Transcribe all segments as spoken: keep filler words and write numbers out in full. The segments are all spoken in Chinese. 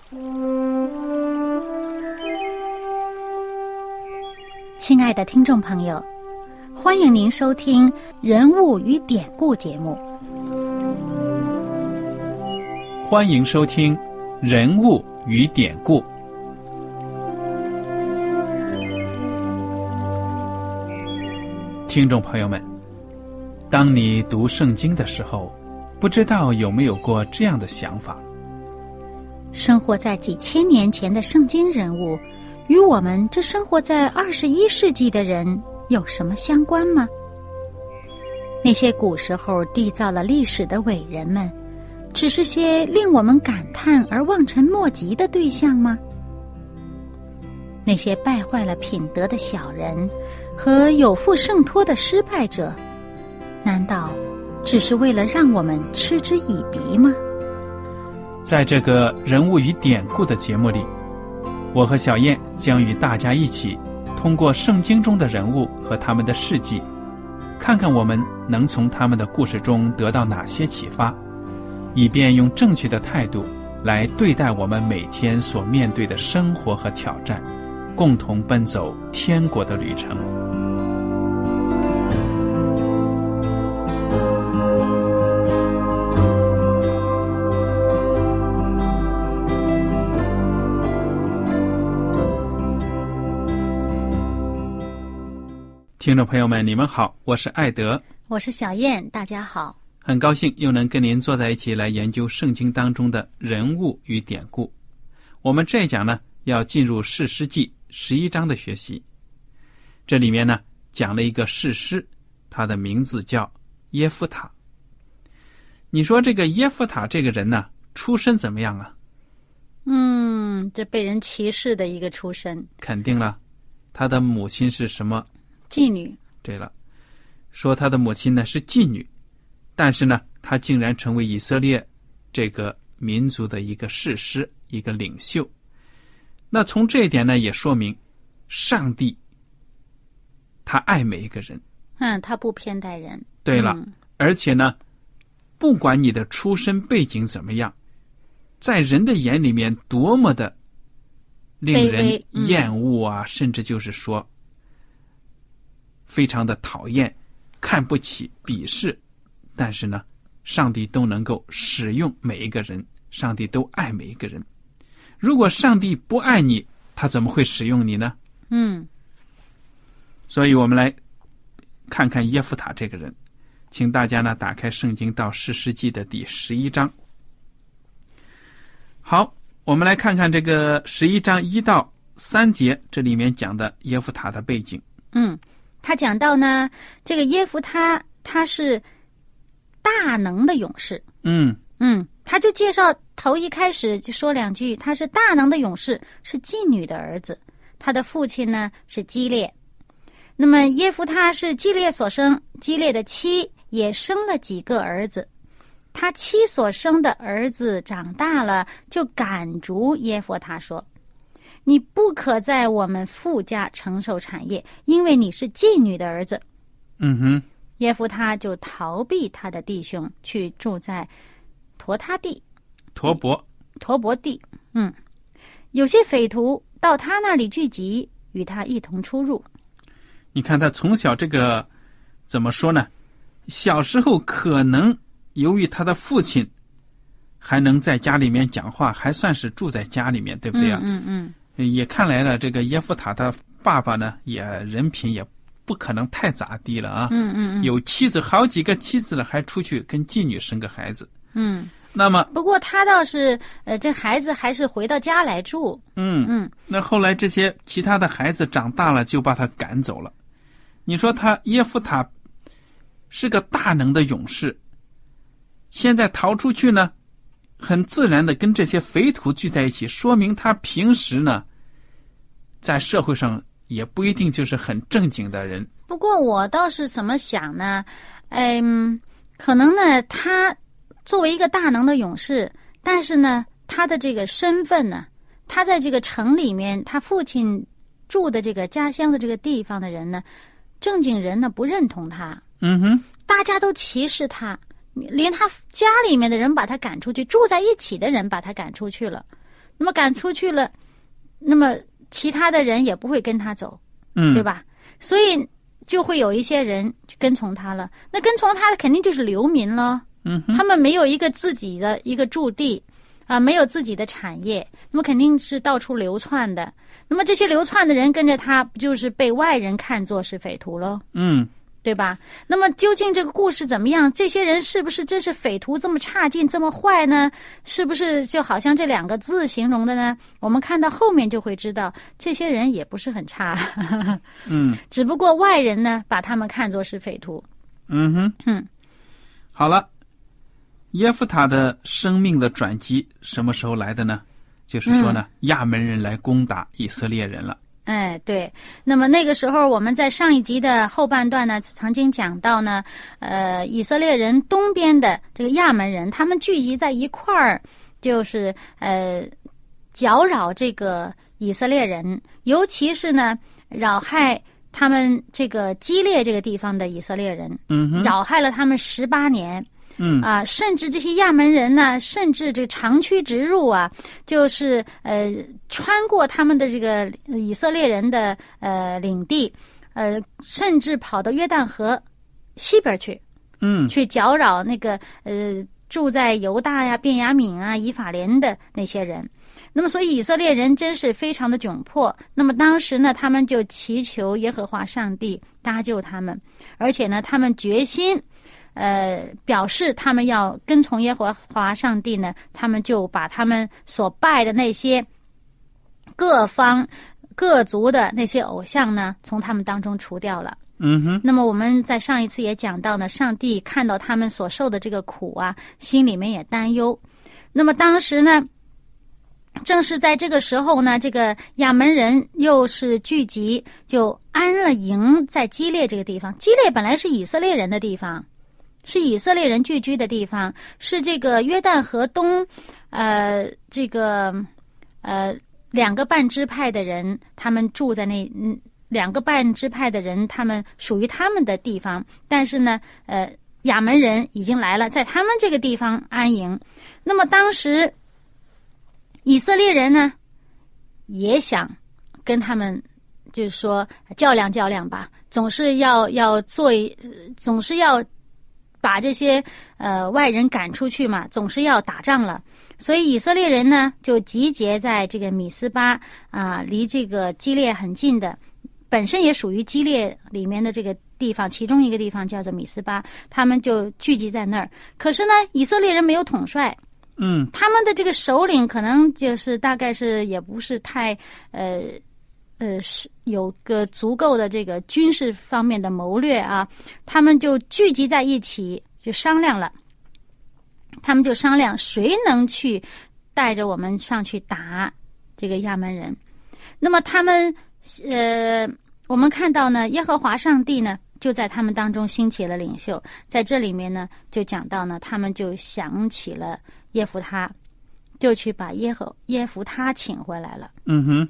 亲爱的听众朋友，欢迎您收听《人物与典故》节目。 欢迎收听《人物与典故》。听众朋友们，当你读圣经的时候，不知道有没有过这样的想法？ 生活在几千年前的圣经人物，与我们这生活在二十一世纪的人有什么相关吗？那些古时候缔造了历史的伟人们，只是些令我们感叹而望尘莫及的对象吗？那些败坏了品德的小人和有负圣托的失败者，难道只是为了让我们嗤之以鼻吗？ 在这个人物与典故的节目里，我和小燕将与大家一起通过圣经中的人物和他们的事迹，看看我们能从他们的故事中得到哪些启发，以便用正确的态度来对待我们每天所面对的生活和挑战，共同奔走天国的旅程。听众朋友们，你们好，我是艾德， 我是小燕，大家好。 很高兴又能跟您坐在一起来研究圣经当中的人物与典故。我们这一讲呢，要进入士师记十一章的学习。这里面呢，讲了一个士师，他的名字叫耶夫塔。你说这个耶夫塔这个人呢，出身怎么样啊？ 嗯，这被人歧视的一个出身。 肯定了，他的母亲是什么？ 妓女。 对了，说他的母亲呢是妓女，但是呢，他竟然成为以色列这个民族的一个士师，一个领袖。那从这一点呢，也说明上帝他爱每一个人。 嗯，他不偏待人。 对了、 嗯、 而且呢，不管你的出身背景怎么样，在人的眼里面多么的令人厌恶啊、嗯、甚至就是说非常的讨厌、看不起、鄙视，但是呢，上帝都能够使用每一个人，上帝都爱每一个人。如果上帝不爱你，他怎么会使用你呢？ 嗯， 所以我们来看看耶夫塔这个人。请大家呢打开圣经到士师记的第十一章。好，我们来看看这个十一章一到三节，这里面讲的耶夫塔的背景。 嗯，他讲到呢，这个耶夫他他是大能的勇士。 嗯嗯，他就介绍头一开始就说两句，他是大能的勇士，是妓女的儿子，他的父亲呢是基列。那么耶夫他是基列所生，基列的妻也生了几个儿子，他妻所生的儿子长大了，就赶逐耶夫他说，你不可在我们父家承受产业，因为你是妓女的儿子。 嗯哼， 耶夫他就逃避他的弟兄，去住在陀他地、 陀伯、 陀伯地。嗯，有些匪徒到他那里聚集，与他一同出入。 你看他从小这个怎么说呢？小时候可能由于他的父亲还能在家里面讲话，还算是住在家里面，对不对啊？ 嗯嗯嗯。 也看来了，这个耶夫塔他爸爸呢，也人品也不可能太咋地了啊。 嗯嗯嗯。 有妻子，好几个妻子了，还出去跟妓女生个孩子。 嗯。 那么， 不过他倒是，呃，这孩子还是回到家来住。 嗯嗯。 那后来这些其他的孩子长大了，就把他赶走了。你说他耶夫塔是个大能的勇士，现在逃出去呢，很自然的跟这些匪徒聚在一起，说明他平时呢，在社会上也不一定就是很正经的人。 不过我倒是怎么想呢？嗯，可能呢，他作为一个大能的勇士，但是呢，他的这个身份呢，他在这个城里面，他父亲住的这个家乡的这个地方的人呢，正经人呢不认同他。 嗯哼， 大家都歧视他，连他家里面的人把他赶出去，住在一起的人把他赶出去了。 那么赶出去了，那么其他的人也不会跟他走， 嗯， 对吧？所以就会有一些人跟从他了。那跟从他的肯定就是流民了， 嗯， 他们没有一个自己的一个驻地啊，没有自己的产业，那么肯定是到处流窜的。那么这些流窜的人跟着他，不就是被外人看作是匪徒喽？ 嗯， 对吧？那么究竟这个故事怎么样？这些人是不是真是匪徒这么差劲这么坏呢？是不是就好像这两个字形容的呢？我们看到后面就会知道，这些人也不是很差， 嗯， 只不过外人呢把他们看作是匪徒。 嗯哼， 嗯， 好了，耶夫他的生命的转机什么时候来的呢？就是说呢，嗯、亚门人来攻打以色列人了。 哎，对。那么那个时候，我们在上一集的后半段呢，曾经讲到呢，呃，以色列人东边的这个亚门人，他们聚集在一块儿，就是呃，搅扰这个以色列人，尤其是呢，扰害他们这个基列这个地方的以色列人， 嗯， 扰害了他们十八年。 嗯啊，甚至这些亚门人呢，甚至这个长驱直入啊，就是呃穿过他们的这个以色列人的呃领地，呃，甚至跑到约旦河西边去， 嗯， 去搅扰那个呃住在犹大呀、便雅悯啊、以法莲的那些人。那么，所以以色列人真是非常的窘迫。那么当时呢，他们就祈求耶和华上帝搭救他们，而且呢，他们决心。呃，表示他们要跟从耶和华上帝呢，他们就把他们所拜的那些各方各族的那些偶像呢，从他们当中除掉了。 嗯哼。 那么我们在上一次也讲到呢，上帝看到他们所受的这个苦啊，心里面也担忧。那么当时呢，正是在这个时候呢，这个亚门人又是聚集，就安了营在基列这个地方。基列本来是以色列人的地方。是以色列人聚居的地方，是这个约旦河东，呃，这个呃两个半支派的人，他们住在那，嗯，两个半支派的人，他们属于他们的地方。但是呢，呃，亚门人已经来了，在他们这个地方安营。那么当时以色列人呢，也想跟他们，就是说较量较量吧，总是要要做，总是要。把这些呃外人赶出去嘛，总是要打仗了，所以以色列人呢就集结在这个米斯巴啊、呃，离这个基列很近的，本身也属于基列里面的这个地方，其中一个地方叫做米斯巴，他们就聚集在那儿。可是呢，以色列人没有统帅， 嗯， 他们的这个首领可能就是大概是也不是太呃。呃，是有个足够的这个军事方面的谋略啊，他们就聚集在一起，就商量了。他们就商量谁能去带着我们上去打这个亚门人。那么他们呃，我们看到呢，耶和华上帝呢就在他们当中兴起了领袖。在这里面呢，就讲到呢，他们就想起了耶弗他，就去把耶和耶弗他请回来了。 嗯哼。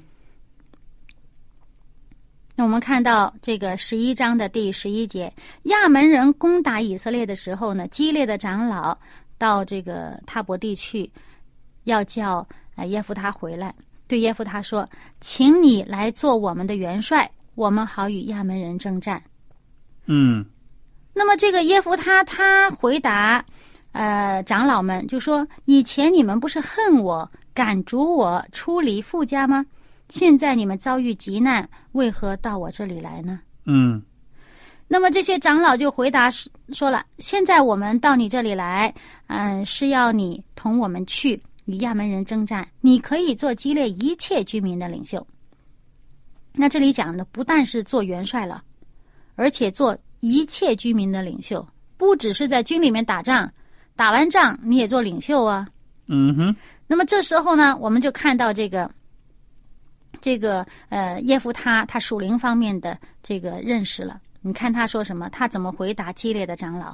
那我们看到这个十一章的第十一节，亚门人攻打以色列的时候呢，基列的长老到这个他伯地去，要叫呃耶弗他回来，对耶弗他说：“请你来做我们的元帅，我们好与亚门人征战。” 嗯。 那么这个耶弗他他回答呃长老们就说：“以前你们不是恨我、赶逐我出离父家吗？现在你们遭遇急难，为何到我这里来呢？” 嗯， 那么这些长老就回答说了：“现在我们到你这里来，嗯，是要你同我们去与亚门人征战，你可以做基列一切居民的领袖。”那这里讲的不但是做元帅了，而且做一切居民的领袖，不只是在军里面打仗，打完仗你也做领袖啊。 嗯哼。 那么这时候呢，我们就看到这个。这个呃耶弗他他属灵方面的这个认识了，你看他说什么，他怎么回答基列的长老，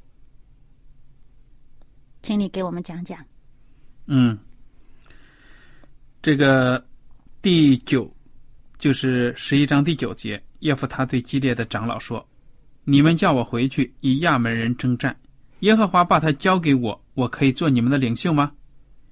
请你给我们讲讲。 嗯，这个第九就是十一章第九节，耶弗他对基列的长老说：“你们叫我回去与亚门人征战，耶和华把他交给我，我可以做你们的领袖吗？”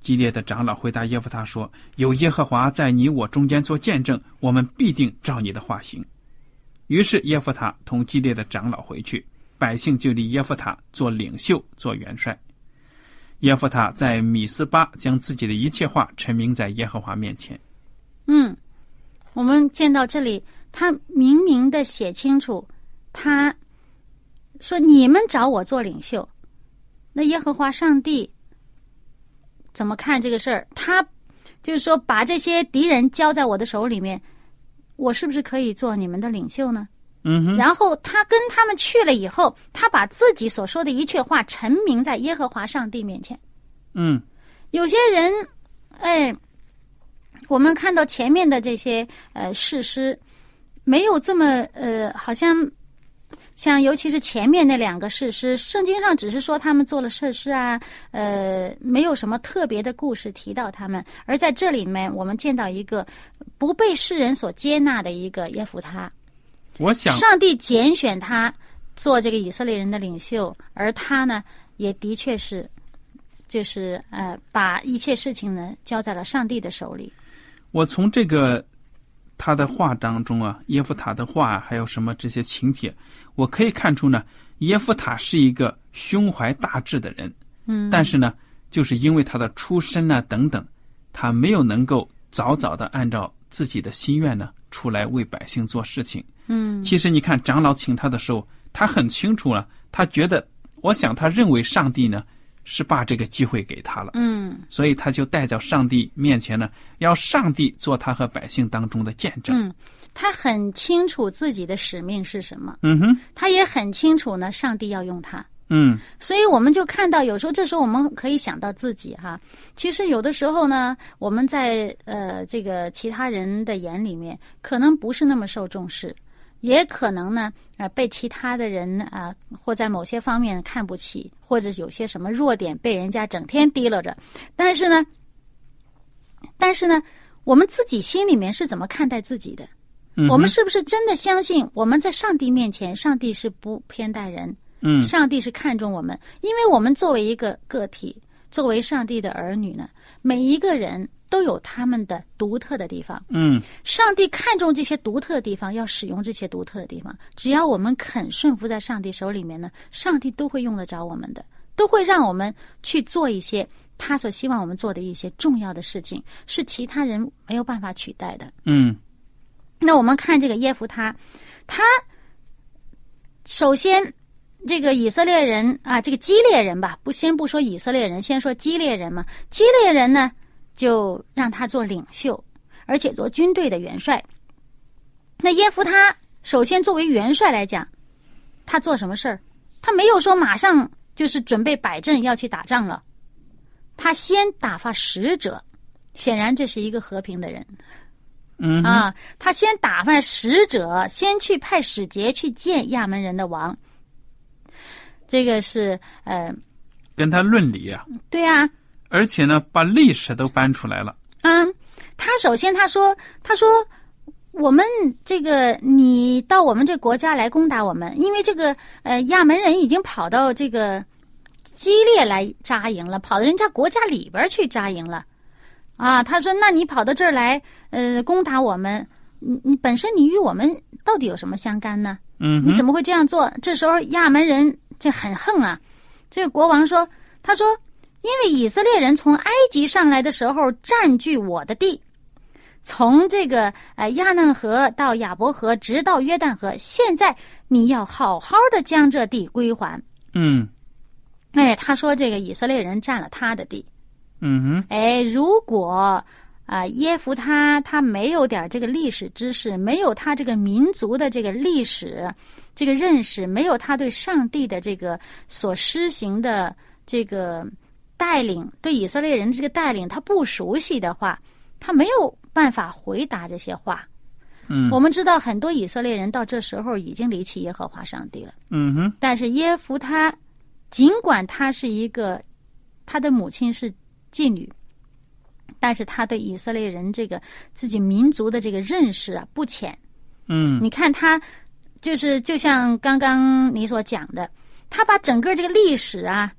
基列的长老回答耶弗他说，有耶和华在你我中间做见证，我们必定照你的话行。于是耶弗他同基列的长老回去，百姓就立耶弗他做领袖，做元帅。耶弗他在米斯巴将自己的一切话陈明在耶和华面前。 嗯，我们见到这里，他明明的写清楚，他说你们找我做领袖，那耶和华上帝怎么看这个事儿？他就是说把这些敌人交在我的手里面，我是不是可以做你们的领袖呢？ 嗯哼。 然后他跟他们去了以后，他把自己所说的一切话陈明在耶和华上帝面前。 嗯， 有些人，哎，我们看到前面的这些呃士师，没有这么呃，好像像尤其是前面那两个士师，圣经上只是说他们做了设施啊，呃，没有什么特别的故事提到他们。而在这里面，我们见到一个不被世人所接纳的一个耶弗他。 我想上帝拣选他做这个以色列人的领袖，而他呢，也的确是，就是呃，把一切事情呢交在了上帝的手里。 我从这个他的话当中啊，耶弗他的话还有什么这些情节，我可以看出呢，耶弗他是一个胸怀大志的人。 嗯， 但是呢，就是因为他的出身啊等等，他没有能够早早的按照自己的心愿呢出来为百姓做事情。 嗯， 其实你看长老请他的时候，他很清楚了，他觉得，我想他认为上帝呢是把这个机会给他了。 嗯， 所以他就带到上帝面前呢，要上帝做他和百姓当中的见证。 嗯，他很清楚自己的使命是什么。 嗯哼， 他也很清楚呢，上帝要用他。 嗯， 所以我们就看到，有时候这时候我们可以想到自己哈，其实有的时候呢，我们在呃这个其他人的眼里面，可能不是那么受重视，也可能呢呃被其他的人啊、呃、或在某些方面看不起，或者有些什么弱点被人家整天提溜着。但是呢，但是呢，我们自己心里面是怎么看待自己的？ 嗯、 我们是不是真的相信我们在上帝面前，上帝是不偏待人？ 嗯， 上帝是看重我们，因为我们作为一个个体，作为上帝的儿女呢，每一个人都有他们的独特的地方。 嗯， 上帝看重这些独特的地方，要使用这些独特的地方。只要我们肯顺服在上帝手里面呢，上帝都会用得着我们的，都会让我们去做一些他所希望我们做的一些重要的事情，是其他人没有办法取代的。 嗯， 那我们看这个耶弗他，他首先。这个以色列人啊，这个基列人吧，不先不说以色列人，先说基列人嘛。基列人呢，就让他做领袖，而且做军队的元帅。那耶弗他首先作为元帅来讲，他做什么事儿？他没有说马上就是准备摆阵要去打仗了，他先打发使者，显然这是一个和平的人。 嗯啊，他先打发使者，先去派使节去见亚门人的王。这个是呃， 跟他论理啊。 对啊， 而且呢，把历史都搬出来了。 嗯，他首先他说，他说我们这个你到我们这国家来攻打我们，因为这个呃亚门人已经跑到这个基列来扎营了，跑到人家国家里边去扎营了。啊，他说，那你跑到这儿来，呃，攻打我们，你你本身你与我们到底有什么相干呢？ 嗯， 你怎么会这样做？这时候亚门人这很横啊！这个国王说：“他说，因为以色列人从埃及上来的时候占据我的地，从这个呃亚嫩河到亚伯河，直到约旦河，现在你要好好的将这地归还。” 嗯， 哎，他说这个以色列人占了他的地。 嗯哼， 哎，如果啊、呃，耶弗他他没有点这个历史知识，没有他这个民族的这个历史这个认识，没有他对上帝的这个所施行的这个带领，对以色列人这个带领他不熟悉的话，他没有办法回答这些话。 嗯， 我们知道很多以色列人到这时候已经离弃耶和华上帝了。 嗯哼， 但是耶弗他尽管他是一个，他的母亲是妓女，但是他对以色列人这个自己民族的这个认识啊不浅。 嗯， 你看他就是就像刚刚你所讲的，他把整个这个历史啊，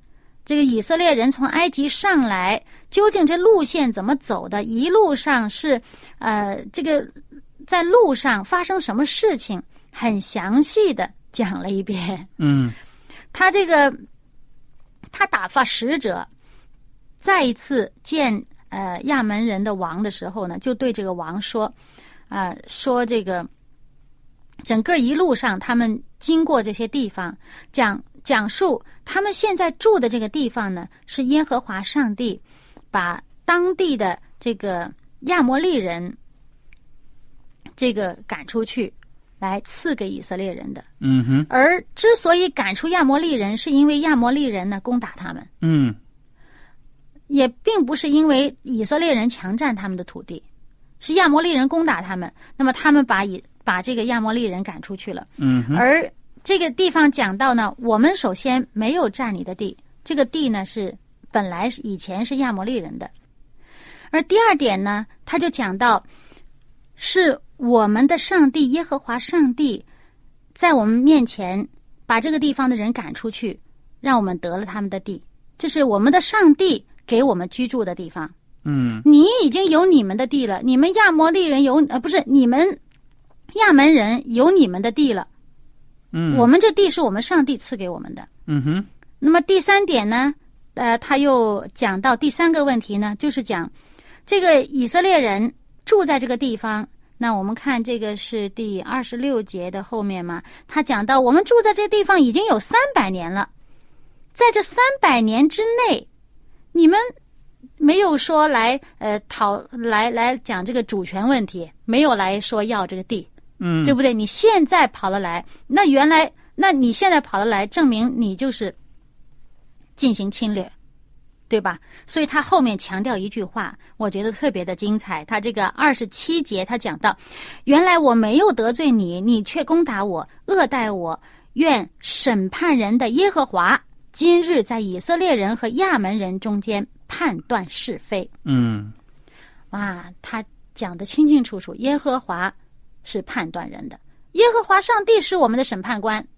这个以色列人从埃及上来，究竟这路线怎么走的？一路上是呃，这个在路上发生什么事情，很详细的讲了一遍。 嗯， 他这个他打发使者再一次见呃亚门人的王的时候呢，就对这个王说，啊、呃，说这个整个一路上他们经过这些地方，讲。讲述他们现在住的这个地方呢，是耶和华上帝把当地的这个亚摩利人这个赶出去，来赐给以色列人的。 嗯哼。 而之所以赶出亚摩利人，是因为亚摩利人呢攻打他们。 嗯。 也并不是因为以色列人强占他们的土地，是亚摩利人攻打他们，那么他们把以把这个亚摩利人赶出去了。 嗯哼。 而这个地方讲到呢，我们首先没有占你的地，这个地呢是本来是以前是亚摩利人的。而第二点呢，他就讲到是我们的上帝耶和华上帝在我们面前把这个地方的人赶出去，让我们得了他们的地，这是我们的上帝给我们居住的地方。 嗯， 你已经有你们的地了，你们亚摩利人有呃不是你们亚门人有你们的地了。 嗯， 我们这地是我们上帝赐给我们的。 嗯哼。 那么第三点呢，呃，他又讲到第三个问题呢，就是讲这个以色列人住在这个地方。那我们看这个是第二十六节的后面嘛，他讲到我们住在这地方已经有三百年了，在这三百年之内，你们没有说来呃讨来来讲这个主权问题，没有来说要这个地。 嗯， 对不对？你现在跑了来，那原来，那你现在跑了来，证明你就是进行侵略，对吧？所以他后面强调一句话，我觉得特别的精彩。他这个二十七节，他讲到，原来我没有得罪你，你却攻打我，恶待我，愿审判人的耶和华今日在以色列人和亚门人中间判断是非。 嗯， 哇，他讲得清清楚楚，耶和华是判断人的，耶和华上帝是我们的审判官，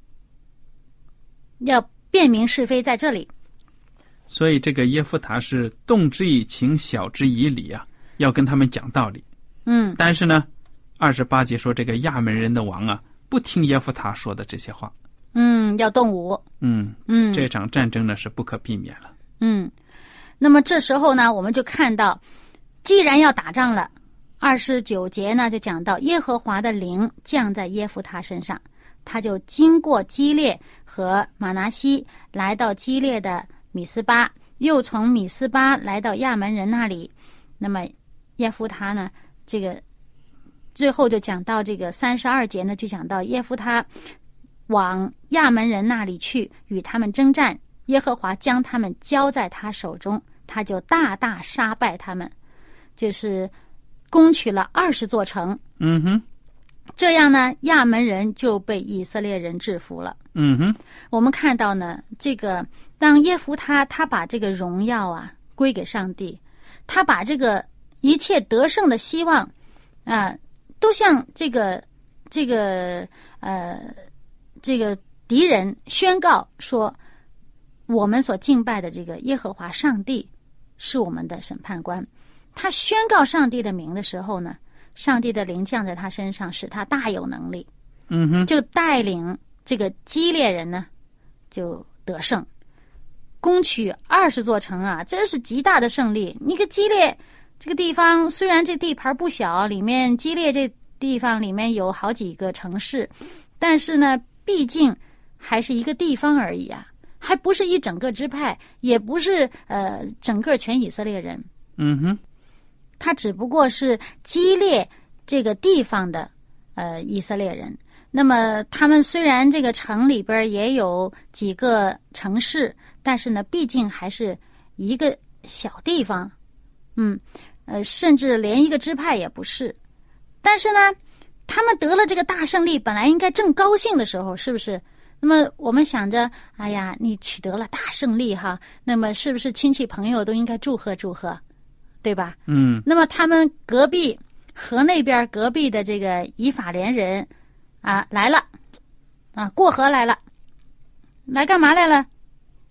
要辨明是非在这里。 所以这个耶夫塔是动之以情，晓之以理啊，要跟他们讲道理。 嗯， 但是呢，二十八节说这个亚门人的王啊，不听耶夫塔说的这些话。 嗯，要动武。 嗯嗯， 这场战争呢是不可避免了。 嗯，那么这时候呢，我们就看到，既然要打仗了。二十九节呢，就讲到耶和华的灵降在耶夫他身上，他就经过基列和马拿西，来到基列的米斯巴，又从米斯巴来到亚门人那里。那么耶夫他呢，这个最后就讲到这个三十二节呢，就讲到耶夫他往亚门人那里去，与他们征战，耶和华将他们交在他手中，他就大大杀败他们，就是攻取了二十座城。 嗯哼， 这样呢，亚门人就被以色列人制服了。 嗯哼， 我们看到呢，这个当耶夫他他把这个荣耀啊归给上帝，他把这个一切得胜的希望啊、呃，都向这个这个呃这个敌人宣告说，我们所敬拜的这个耶和华上帝是我们的审判官。他宣告上帝的名的时候呢，上帝的灵降在他身上，使他大有能力。 嗯哼， 就带领这个基列人呢，就得胜，攻取二十座城啊，这是极大的胜利。你个基列这个地方，虽然这地盘不小，里面基列这地方里面有好几个城市，但是呢，毕竟还是一个地方而已啊，还不是一整个支派，也不是呃整个全以色列人。 嗯哼。 他只不过是基列这个地方的呃以色列人。那么他们虽然这个城里边也有几个城市，但是呢，毕竟还是一个小地方，嗯，呃，甚至连一个支派也不是。但是呢，他们得了这个大胜利，本来应该正高兴的时候，是不是？那么我们想着，哎呀，你取得了大胜利哈，那么是不是亲戚朋友都应该祝贺祝贺？对吧？ 嗯， 那么他们隔壁河那边隔壁的这个以法莲人啊来了，啊过河来了，来干嘛来了？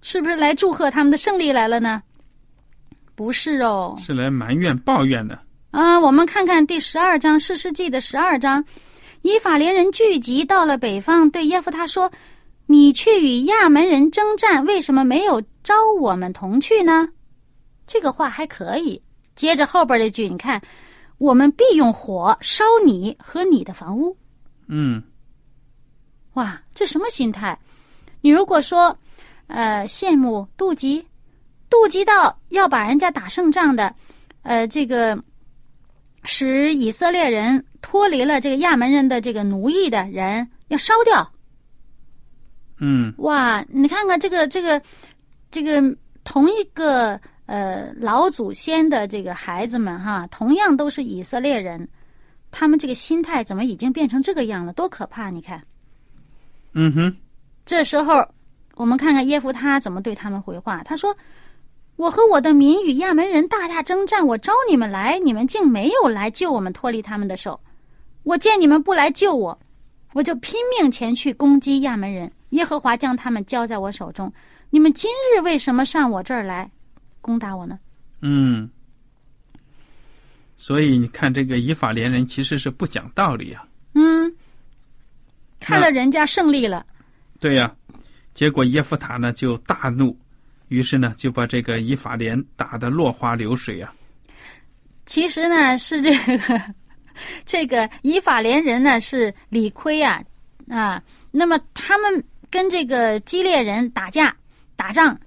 是不是来祝贺他们的胜利来了呢？不是哦， 是来埋怨抱怨的。 啊、呃，我们看看第十二章，士师记的十二章，以法莲人聚集到了北方，对耶夫他说：“你去与亚门人征战，为什么没有招我们同去呢？”这个话还可以。接着后边这句，你看，我们必用火烧你和你的房屋。 嗯， 哇，这什么心态？你如果说，呃，羡慕、妒忌，妒忌到要把人家打胜仗的，呃，这个使以色列人脱离了这个亚门人的这个奴役的人，要烧掉。 嗯， 哇，你看看这个这个这个同一个呃老祖先的这个孩子们哈，同样都是以色列人，他们这个心态怎么已经变成这个样了？多可怕！你看， 嗯哼， 这时候我们看看耶夫他怎么对他们回话。他说：“我和我的民与亚门人大大征战，我招你们来，你们竟没有来救我们脱离他们的手。我见你们不来救我，我就拼命前去攻击亚门人。耶和华将他们交在我手中。你们今日为什么上我这儿来攻打我呢？” 嗯，所以你看，这个以法莲人其实是不讲道理啊。 嗯，看了人家胜利了。 对呀、啊，结果耶夫塔呢就大怒，于是呢就把这个以法莲打得落花流水啊。 其实呢是这个这个以法莲人呢是理亏啊啊，那么他们跟这个基列人打架打仗，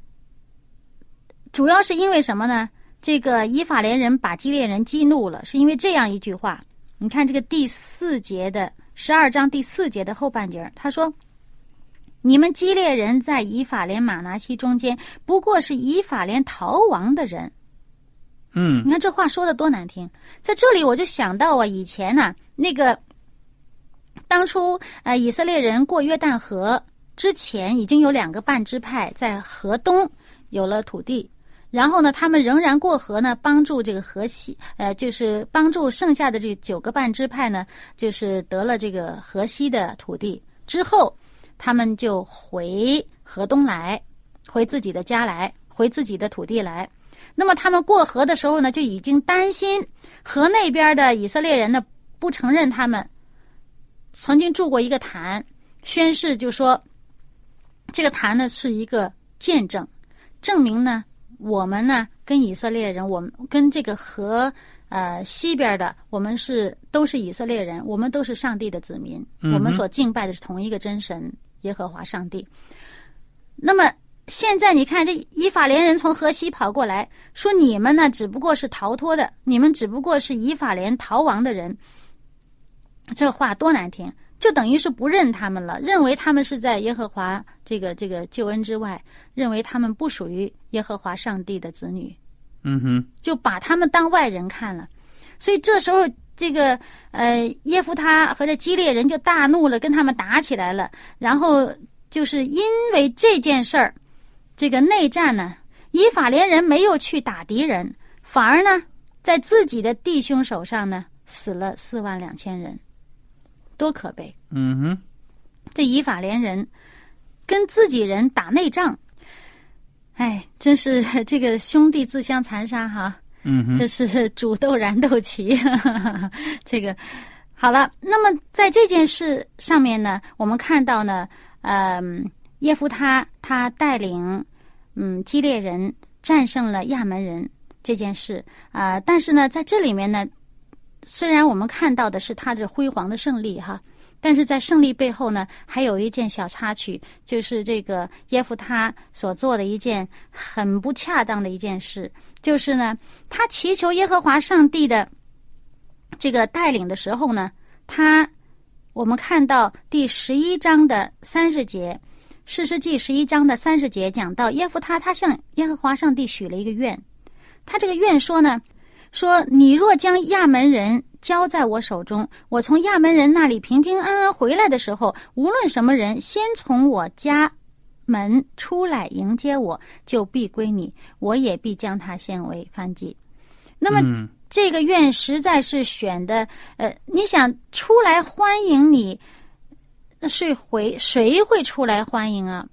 主要是因为什么呢？这个以法莲人把基列人激怒了，是因为这样一句话。你看这个第四节的十二章第四节的后半节，他说：“你们基列人在以法莲马拿西中间，不过是以法莲逃亡的人。” 嗯， 你看这话说的多难听。在这里我就想到啊，以前呢、啊，那个当初呃以色列人过约旦河之前，已经有两个半支派在河东有了土地，然后呢，他们仍然过河呢，帮助这个河西，呃，就是帮助剩下的这九个半支派呢，就是得了这个河西的土地之后，他们就回河东来，回自己的家来，回自己的土地来。那么他们过河的时候呢，就已经担心河那边的以色列人呢不承认他们，曾经筑过一个坛，宣誓就说，这个坛呢是一个见证，证明呢我们呢跟以色列人，我们跟这个河呃西边的，我们是都是以色列人，我们都是上帝的子民， 嗯、 我们所敬拜的是同一个真神耶和华上帝。那么现在你看，这以法莲人从河西跑过来，说你们呢只不过是逃脱的，你们只不过是以法莲逃亡的人。这话多难听，就等于是不认他们了，认为他们是在耶和华这个这个救恩之外，认为他们不属于耶和华上帝的子女。 嗯哼， 就把他们当外人看了。所以这时候这个呃耶夫他和这基列人就大怒了，跟他们打起来了。然后就是因为这件事儿，这个内战呢，以法莲人没有去打敌人，反而呢在自己的弟兄手上呢死了四万两千人，多可悲！ 嗯哼， 这以法莲人跟自己人打内仗，哎，真是这个兄弟自相残杀哈！ 嗯哼， 这是煮豆燃豆萁。这个好了，那么在这件事上面呢，我们看到呢，嗯、呃，耶夫他他带领嗯基列人战胜了亚门人这件事啊、呃，但是呢，在这里面呢，虽然我们看到的是他这辉煌的胜利哈，但是在胜利背后呢，还有一件小插曲，就是这个耶夫他所做的一件很不恰当的一件事，就是呢，他祈求耶和华上帝的这个带领的时候呢，他我们看到第十一章的三十节，士师记十一章的三十节讲到耶夫他他向耶和华上帝许了一个愿，他这个愿说呢，说你若将亚门人交在我手中，我从亚门人那里平平安安回来的时候，无论什么人先从我家门出来迎接我，就必归你，我也必将他献为燔祭。那么、嗯、这个愿实在是选的，呃，你想出来欢迎你，谁会谁会出来欢迎啊？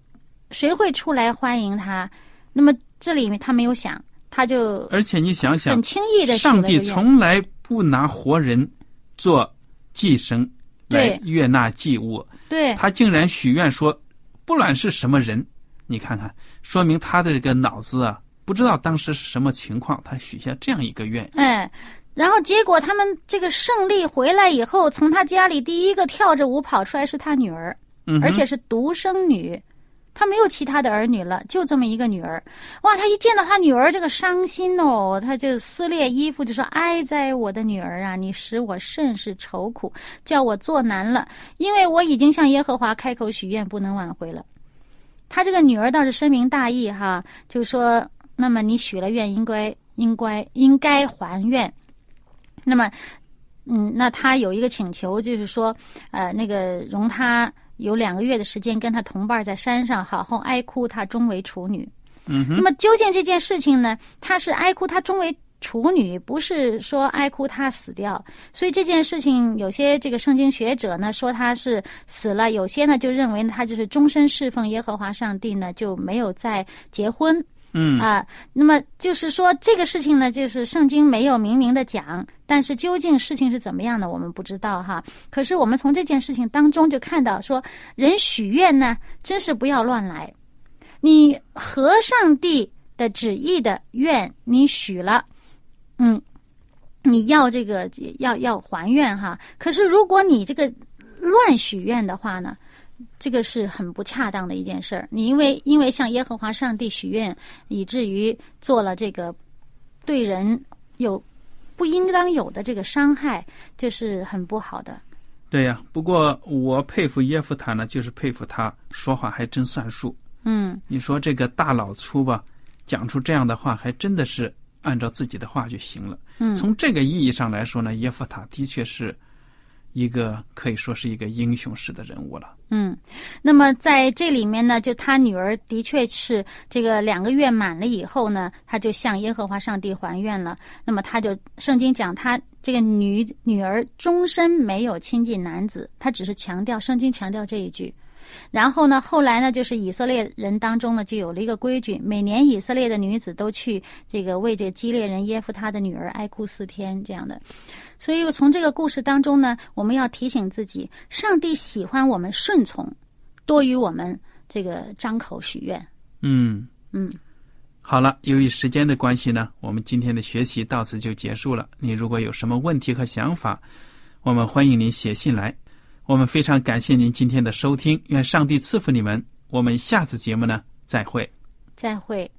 谁会出来欢迎他？那么这里面他没有想，他就而且你想想， 很轻易的上帝从来不拿活人做祭牲来悦纳祭物， 对， 他竟然许愿说，不管是什么人，你看看，说明他的这个脑子啊，不知道当时是什么情况，他许下这样一个愿。 哎，然后结果他们这个胜利回来以后，从他家里第一个跳着舞跑出来是他女儿， 嗯， 而且是独生女。他没有其他的儿女了，就这么一个女儿。哇，他一见到他女儿这个伤心哦，他就撕裂衣服，就说：“哀哉，我的女儿啊，你使我甚是愁苦，叫我作难了，因为我已经向耶和华开口许愿，不能挽回了。”他这个女儿倒是深明大义哈，就说：“那么你许了愿，应该应该应该还愿。”那么，嗯，那他有一个请求，就是说，呃，那个容他有两个月的时间跟他同伴在山上好好哀哭，他终为处女。 嗯哼。 那么究竟这件事情呢，他是哀哭他终为处女，不是说哀哭他死掉。所以这件事情有些这个圣经学者呢说他是死了，有些呢就认为他就是终身侍奉耶和华上帝呢，就没有再结婚。 嗯啊，那么就是说这个事情呢，就是圣经没有明明的讲，但是究竟事情是怎么样的，我们不知道哈。可是我们从这件事情当中就看到说，人许愿呢，真是不要乱来。你合上帝的旨意的愿，你许了，嗯，你要这个要要还愿哈。可是如果你这个乱许愿的话呢，这个是很不恰当的一件事儿。你因为因为向耶和华上帝许愿，以至于做了这个对人有不应当有的这个伤害，这是很不好的。 对呀，不过我佩服耶夫他呢，就是佩服他说话还真算数。 嗯， 你说这个大老粗吧，讲出这样的话，还真的是按照自己的话就行了。 嗯， 从这个意义上来说呢，耶夫他的确是一个可以说是一个英雄式的人物了。 嗯，那么在这里面呢，就他女儿的确是这个两个月满了以后呢，他就向耶和华上帝还愿了。那么他就圣经讲他这个女女儿终身没有亲近男子，他只是强调圣经强调这一句。然后呢，后来呢，就是以色列人当中呢，就有了一个规矩，每年以色列的女子都去这个为这个基列人耶夫他的女儿哀哭四天这样的。所以从这个故事当中呢，我们要提醒自己，上帝喜欢我们顺从，多于我们这个张口许愿。 嗯嗯， 好了，由于时间的关系呢，我们今天的学习到此就结束了。你如果有什么问题和想法，我们欢迎您写信来。我们非常感谢您今天的收听，愿上帝赐福你们。我们下次节目呢，再会。 再会。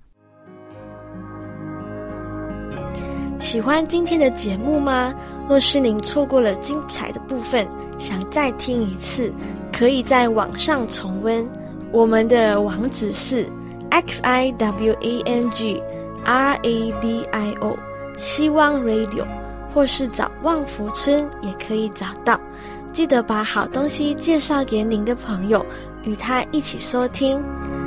喜欢今天的节目吗？若是您错过了精彩的部分，想再听一次，可以在网上重温。我们的网址是 x i w a n g r a d i o 希望 radio， 或是找旺福村也可以找到。记得把好东西介绍给您的朋友，与他一起收听。